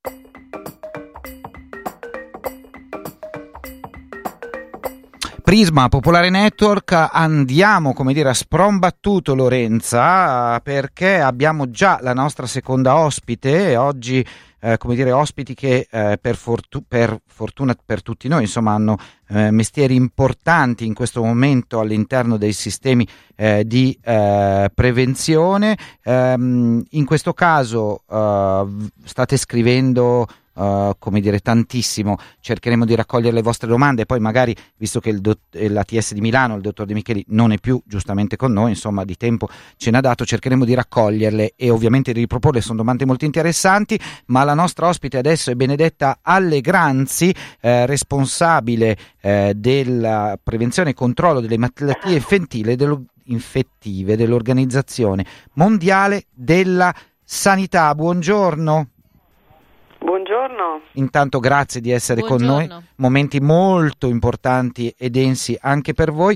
Prisma Popolare Network, andiamo a sprombattuto, Lorenza, perché abbiamo già la nostra seconda ospite oggi, ospiti che per fortuna per tutti noi hanno mestieri importanti in questo momento all'interno dei sistemi di prevenzione. In questo caso state scrivendo tantissimo, cercheremo di raccogliere le vostre domande e poi magari, visto che l'ATS di Milano, il dottor De Micheli, non è più giustamente con noi, di tempo ce n'ha dato, cercheremo di raccoglierle e ovviamente di riproporle, sono domande molto interessanti. Ma la nostra ospite adesso è Benedetta Allegranzi, responsabile della prevenzione e controllo delle malattie infettive dell'Organizzazione Mondiale della Sanità. Buongiorno. Buongiorno. Intanto grazie di essere con noi, momenti molto importanti e densi anche per voi.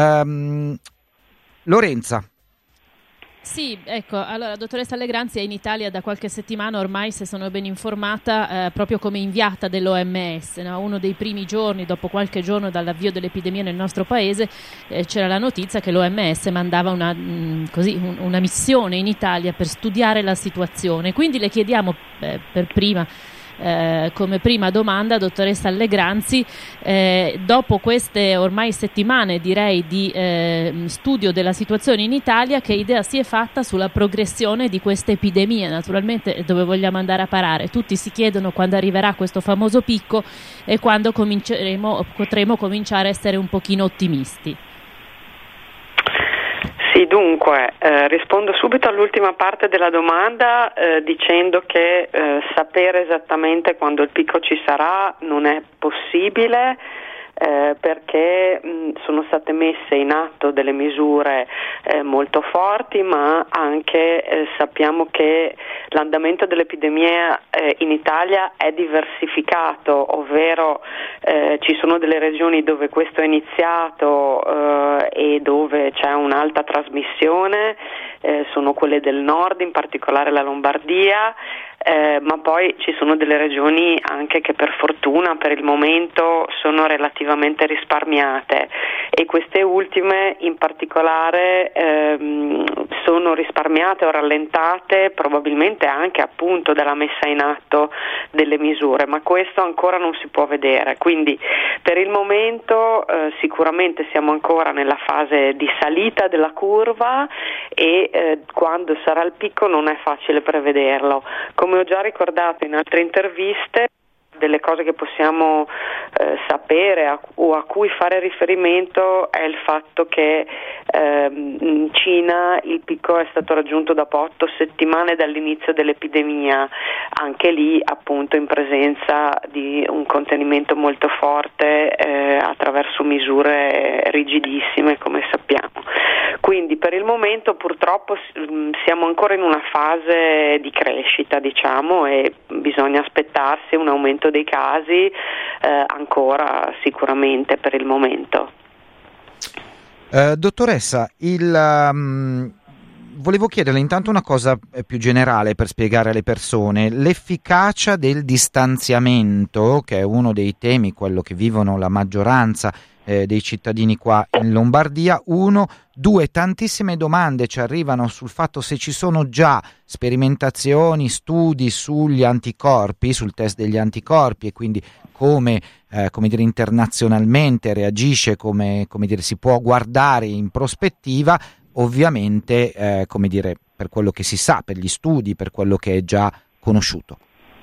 Lorenza. Sì, ecco, allora, dottoressa Allegranzi è in Italia da qualche settimana ormai, se sono ben informata, proprio come inviata dell'OMS, no? Uno dei primi giorni, dopo qualche giorno dall'avvio dell'epidemia nel nostro paese, c'era la notizia che l'OMS mandava una missione in Italia per studiare la situazione. Quindi le chiediamo come prima domanda, dottoressa Allegranzi, dopo queste ormai settimane direi di studio della situazione in Italia, che idea si è fatta sulla progressione di questa epidemia? Naturalmente dove vogliamo andare a parare? Tutti si chiedono quando arriverà questo famoso picco e quando potremo cominciare a essere un pochino ottimisti. Sì, dunque, rispondo subito all'ultima parte della domanda dicendo che sapere esattamente quando il picco ci sarà non è possibile, perché sono state messe in atto delle misure molto forti, ma anche sappiamo che l'andamento dell'epidemia in Italia è diversificato, ovvero ci sono delle regioni dove questo è iniziato e dove c'è un'alta trasmissione, sono quelle del nord, in particolare la Lombardia, ma poi ci sono delle regioni anche che per fortuna per il momento sono relativamente risparmiate, e queste ultime in particolare sono risparmiate o rallentate probabilmente anche appunto dalla messa in atto delle misure, ma questo ancora non si può vedere. Quindi per il momento sicuramente siamo ancora nella fase di salita della curva e quando sarà il picco non è facile prevederlo. Come ho già ricordato in altre interviste, delle cose che possiamo sapere o a cui fare riferimento è il fatto che in Cina il picco è stato raggiunto dopo 8 settimane dall'inizio dell'epidemia, anche lì appunto in presenza di un contenimento molto forte attraverso misure rigidissime, come sappiamo. Quindi per il momento purtroppo siamo ancora in una fase di crescita, diciamo, e bisogna aspettarsi un aumento dei casi ancora sicuramente per il momento. Dottoressa, volevo chiederle intanto una cosa più generale per spiegare alle persone l'efficacia del distanziamento, che è uno dei temi, quello che vivono la maggioranza dei cittadini qua in Lombardia. 1, 2, tantissime domande ci arrivano sul fatto se ci sono già sperimentazioni, studi sugli anticorpi, sul test degli anticorpi, e quindi come internazionalmente reagisce, si può guardare in prospettiva, ovviamente per quello che si sa, per gli studi, per quello che è già conosciuto.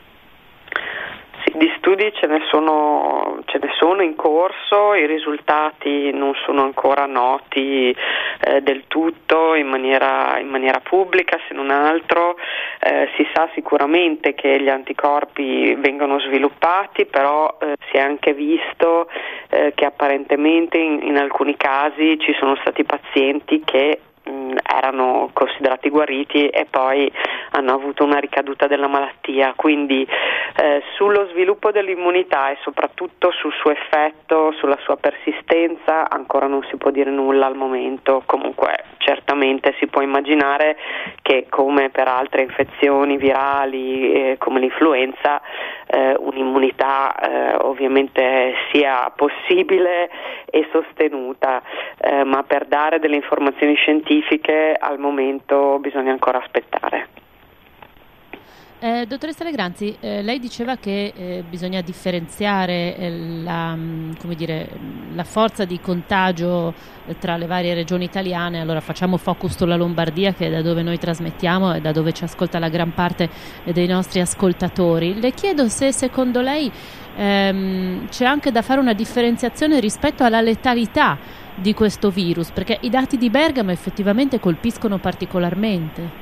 Di studi ce ne sono in corso, i risultati non sono ancora noti del tutto in maniera pubblica, se non altro si sa sicuramente che gli anticorpi vengono sviluppati, però si è anche visto che apparentemente in alcuni casi ci sono stati pazienti che erano considerati guariti e poi hanno avuto una ricaduta della malattia. Quindi sullo sviluppo dell'immunità e soprattutto sul suo effetto, sulla sua persistenza, ancora non si può dire nulla al momento. Comunque certamente si può immaginare che, come per altre infezioni virali come l'influenza, un'immunità ovviamente sia possibile e sostenuta, ma per dare delle informazioni scientifiche al momento bisogna ancora aspettare. Dottoressa Legranzi, lei diceva che bisogna differenziare la forza di contagio tra le varie regioni italiane. Allora facciamo focus sulla Lombardia, che è da dove noi trasmettiamo e da dove ci ascolta la gran parte dei nostri ascoltatori. Le chiedo se secondo lei c'è anche da fare una differenziazione rispetto alla letalità di questo virus, perché i dati di Bergamo effettivamente colpiscono particolarmente.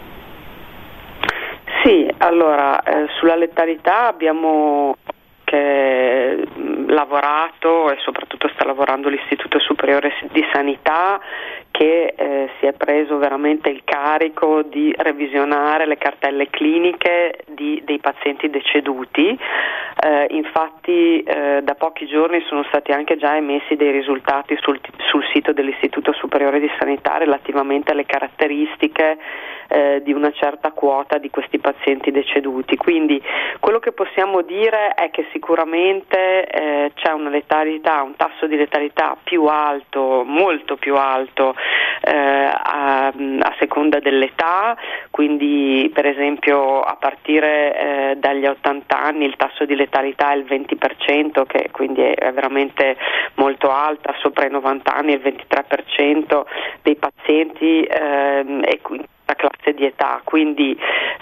Sì, allora sulla letalità abbiamo lavorato e soprattutto sta lavorando l'Istituto Superiore di Sanità, che si è preso veramente il carico di revisionare le cartelle cliniche dei pazienti deceduti. Infatti da pochi giorni sono stati anche già emessi dei risultati sul sito dell'Istituto Superiore di Sanità relativamente alle caratteristiche di una certa quota di questi pazienti deceduti. Quindi quello che possiamo dire è che sicuramente c'è una letalità, un tasso di letalità più alto, molto più alto a seconda dell'età. Quindi per esempio a partire dagli 80 anni il tasso di letalità è il 20%, che quindi è veramente molto alta, sopra i 90 anni il 23% dei pazienti e quindi la classe di età. Quindi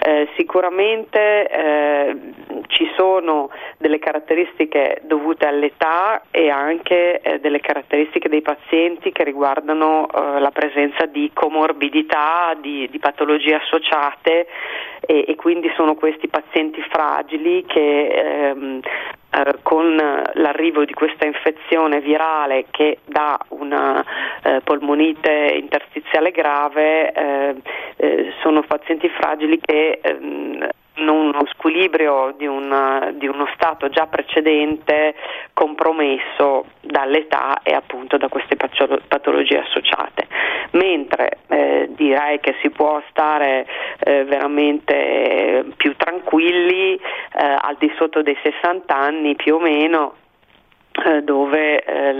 sicuramente ci sono delle caratteristiche dovute all'età e anche delle caratteristiche dei pazienti che riguardano la presenza di comorbidità, di patologie associate e quindi sono questi pazienti fragili che con l'arrivo di questa infezione virale che dà una polmonite interstiziale grave sono pazienti fragili che uno squilibrio di uno stato già precedente compromesso dall'età e appunto da queste patologie associate, mentre direi che si può stare veramente più tranquilli al di sotto dei 60 anni più o meno, dove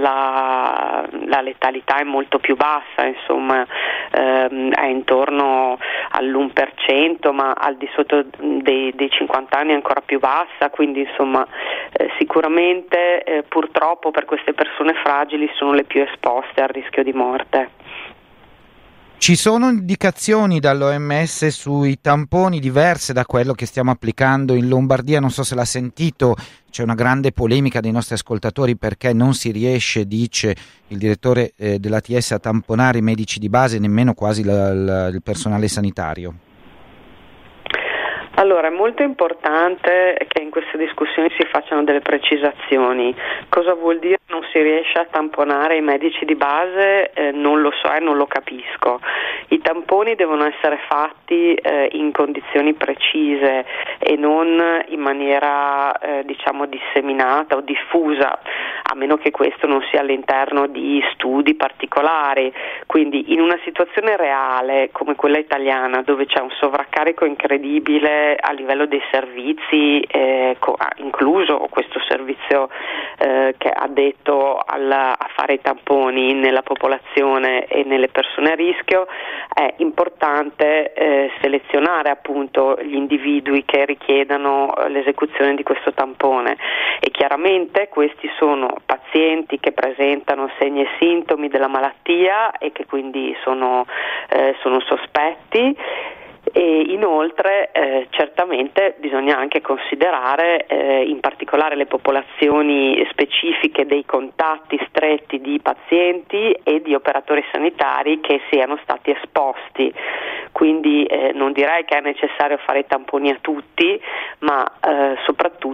la letalità è molto più bassa, insomma è intorno all'1%, ma al di sotto dei 50 anni è ancora più bassa. Quindi insomma sicuramente purtroppo per queste persone fragili sono le più esposte al rischio di morte. Ci sono indicazioni dall'OMS sui tamponi diverse da quello che stiamo applicando in Lombardia? Non so se l'ha sentito, c'è una grande polemica dei nostri ascoltatori perché non si riesce, dice il direttore dell'ATS, a tamponare i medici di base, nemmeno quasi il personale sanitario. Allora, è molto importante che in queste discussioni si facciano delle precisazioni. Cosa vuol dire non si riesce a tamponare i medici di base? Non lo so e non lo capisco. I tamponi devono essere fatti in condizioni precise e non in maniera disseminata o diffusa, a meno che questo non sia all'interno di studi particolari. Quindi in una situazione reale come quella italiana, dove c'è un sovraccarico incredibile a livello dei servizi, incluso questo servizio che ha addetto a fare i tamponi nella popolazione e nelle persone a rischio, è importante selezionare appunto gli individui che richiedano l'esecuzione di questo tampone, e chiaramente questi sono pazienti che presentano segni e sintomi della malattia e che quindi sono sospetti. E inoltre certamente bisogna anche considerare in particolare le popolazioni specifiche dei contatti stretti di pazienti e di operatori sanitari che siano stati esposti. Quindi non direi che è necessario fare i tamponi a tutti, ma soprattutto a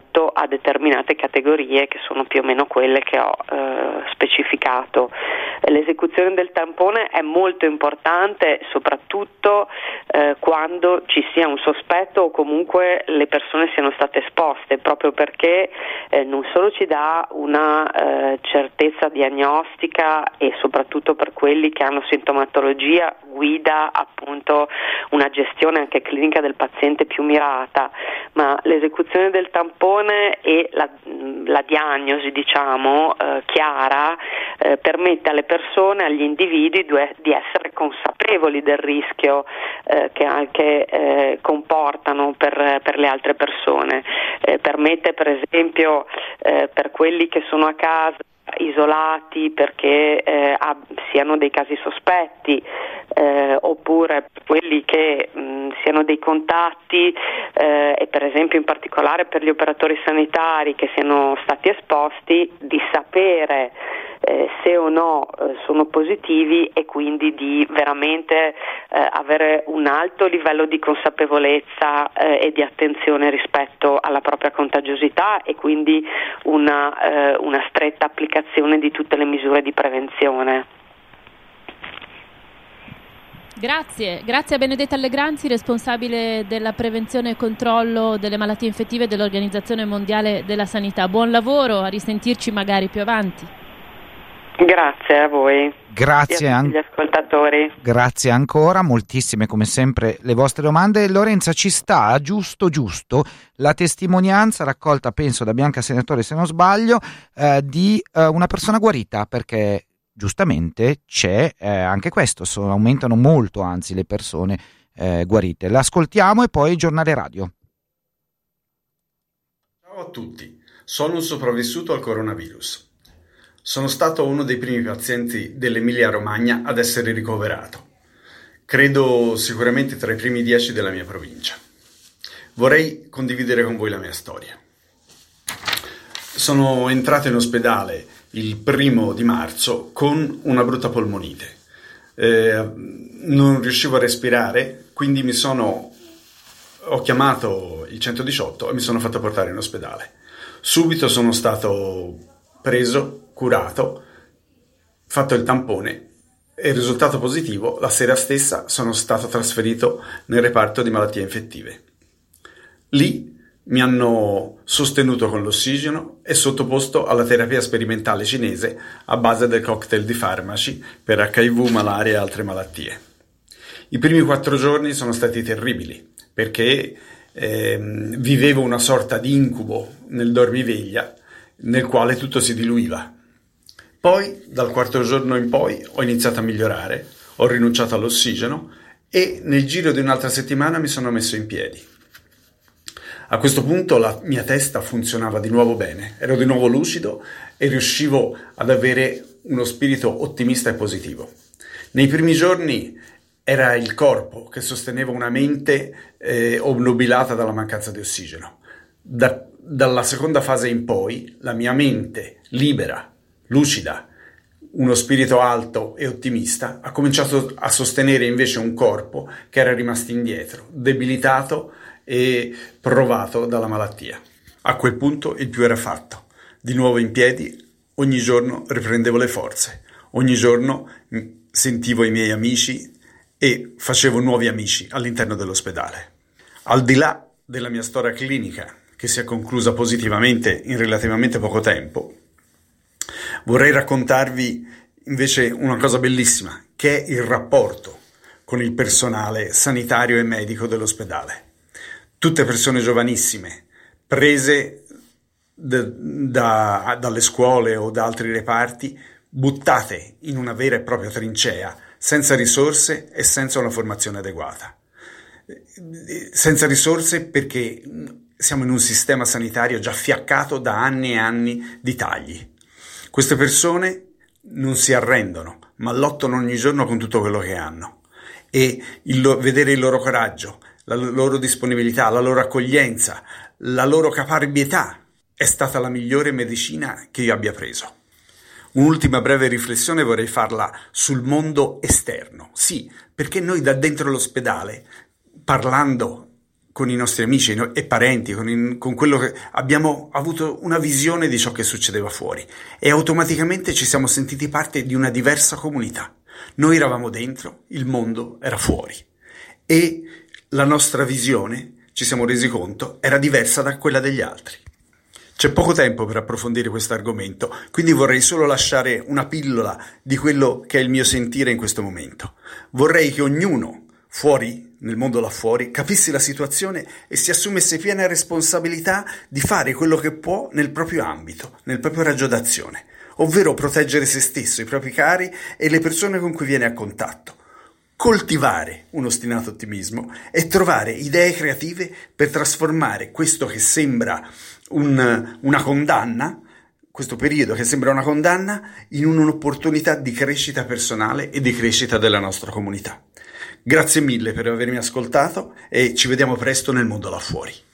determinate categorie che sono più o meno quelle che ho specificato. L'esecuzione del tampone è molto importante, soprattutto quando ci sia un sospetto o comunque le persone siano state esposte, proprio perché non solo ci dà una certezza diagnostica e soprattutto per quelli che hanno sintomatologia guida appunto una gestione anche clinica del paziente più mirata, ma l'esecuzione del tampone e la diagnosi chiara permette alle persone, agli individui di essere consapevoli del rischio che comportano per le altre persone. Permette per esempio per quelli che sono a casa isolati perché siano dei casi sospetti, oppure per quelli che siano dei contatti e per esempio in particolare per gli operatori sanitari che siano stati esposti, di sapere se o no sono positivi e quindi di veramente avere un alto livello di consapevolezza e di attenzione rispetto alla propria contagiosità e quindi una stretta applicazione di tutte le misure di prevenzione. Grazie a Benedetta Allegranzi, responsabile della prevenzione e controllo delle malattie infettive dell'Organizzazione Mondiale della Sanità. Buon lavoro, a risentirci magari più avanti. Grazie a voi. Grazie a tutti gli ascoltatori. Grazie ancora, moltissime come sempre le vostre domande. Lorenza, ci sta giusto la testimonianza raccolta, penso da Bianca Senatore se non sbaglio, di una persona guarita, perché giustamente c'è anche questo, aumentano molto anzi le persone guarite. L'ascoltiamo e poi giornale radio. Ciao a tutti, sono un sopravvissuto al coronavirus. Sono stato uno dei primi pazienti dell'Emilia-Romagna ad essere ricoverato. Credo sicuramente tra i primi 10 della mia provincia. Vorrei condividere con voi la mia storia. Sono entrato in ospedale il 1° di marzo con una brutta polmonite. Non riuscivo a respirare, quindi ho chiamato il 118 e mi sono fatto portare in ospedale. Subito sono stato preso, curato, fatto il tampone e il risultato positivo. La sera stessa sono stato trasferito nel reparto di malattie infettive. Lì mi hanno sostenuto con l'ossigeno e sottoposto alla terapia sperimentale cinese a base del cocktail di farmaci per HIV, malaria e altre malattie. I primi 4 giorni sono stati terribili perché vivevo una sorta di incubo nel dormiveglia nel quale tutto si diluiva. Poi, dal 4° giorno in poi, ho iniziato a migliorare, ho rinunciato all'ossigeno e nel giro di un'altra settimana mi sono messo in piedi. A questo punto la mia testa funzionava di nuovo bene, ero di nuovo lucido e riuscivo ad avere uno spirito ottimista e positivo. Nei primi giorni era il corpo che sosteneva una mente obnubilata dalla mancanza di ossigeno. Dalla seconda fase in poi la mia mente libera, lucida, uno spirito alto e ottimista ha cominciato a sostenere invece un corpo che era rimasto indietro, debilitato e provato dalla malattia. A quel punto il più era fatto. Di nuovo in piedi, ogni giorno riprendevo le forze, ogni giorno sentivo i miei amici e facevo nuovi amici all'interno dell'ospedale. Al di là della mia storia clinica, che si è conclusa positivamente in relativamente poco tempo, vorrei raccontarvi invece una cosa bellissima, che è il rapporto con il personale sanitario e medico dell'ospedale. Tutte persone giovanissime, prese dalle scuole o da altri reparti, buttate in una vera e propria trincea, senza risorse e senza una formazione adeguata. Senza risorse perché siamo in un sistema sanitario già fiaccato da anni e anni di tagli. Queste persone non si arrendono, ma lottano ogni giorno con tutto quello che hanno. E vedere il loro coraggio, la loro disponibilità, la loro accoglienza, la loro caparbietà è stata la migliore medicina che io abbia preso. Un'ultima breve riflessione vorrei farla sul mondo esterno. Sì, perché noi da dentro l'ospedale, parlando con i nostri amici e parenti, con quello che abbiamo avuto una visione di ciò che succedeva fuori e automaticamente ci siamo sentiti parte di una diversa comunità. Noi eravamo dentro, il mondo era fuori e la nostra visione, ci siamo resi conto, era diversa da quella degli altri. C'è poco tempo per approfondire questo argomento, quindi vorrei solo lasciare una pillola di quello che è il mio sentire in questo momento. Vorrei che ognuno fuori, nel mondo là fuori, capisse la situazione e si assumesse piena responsabilità di fare quello che può nel proprio ambito, nel proprio raggio d'azione, ovvero proteggere se stesso, i propri cari e le persone con cui viene a contatto. Coltivare un ostinato ottimismo e trovare idee creative per trasformare questo che sembra una condanna, questo periodo che sembra una condanna, in un'opportunità di crescita personale e di crescita della nostra comunità. Grazie mille per avermi ascoltato e ci vediamo presto nel mondo là fuori.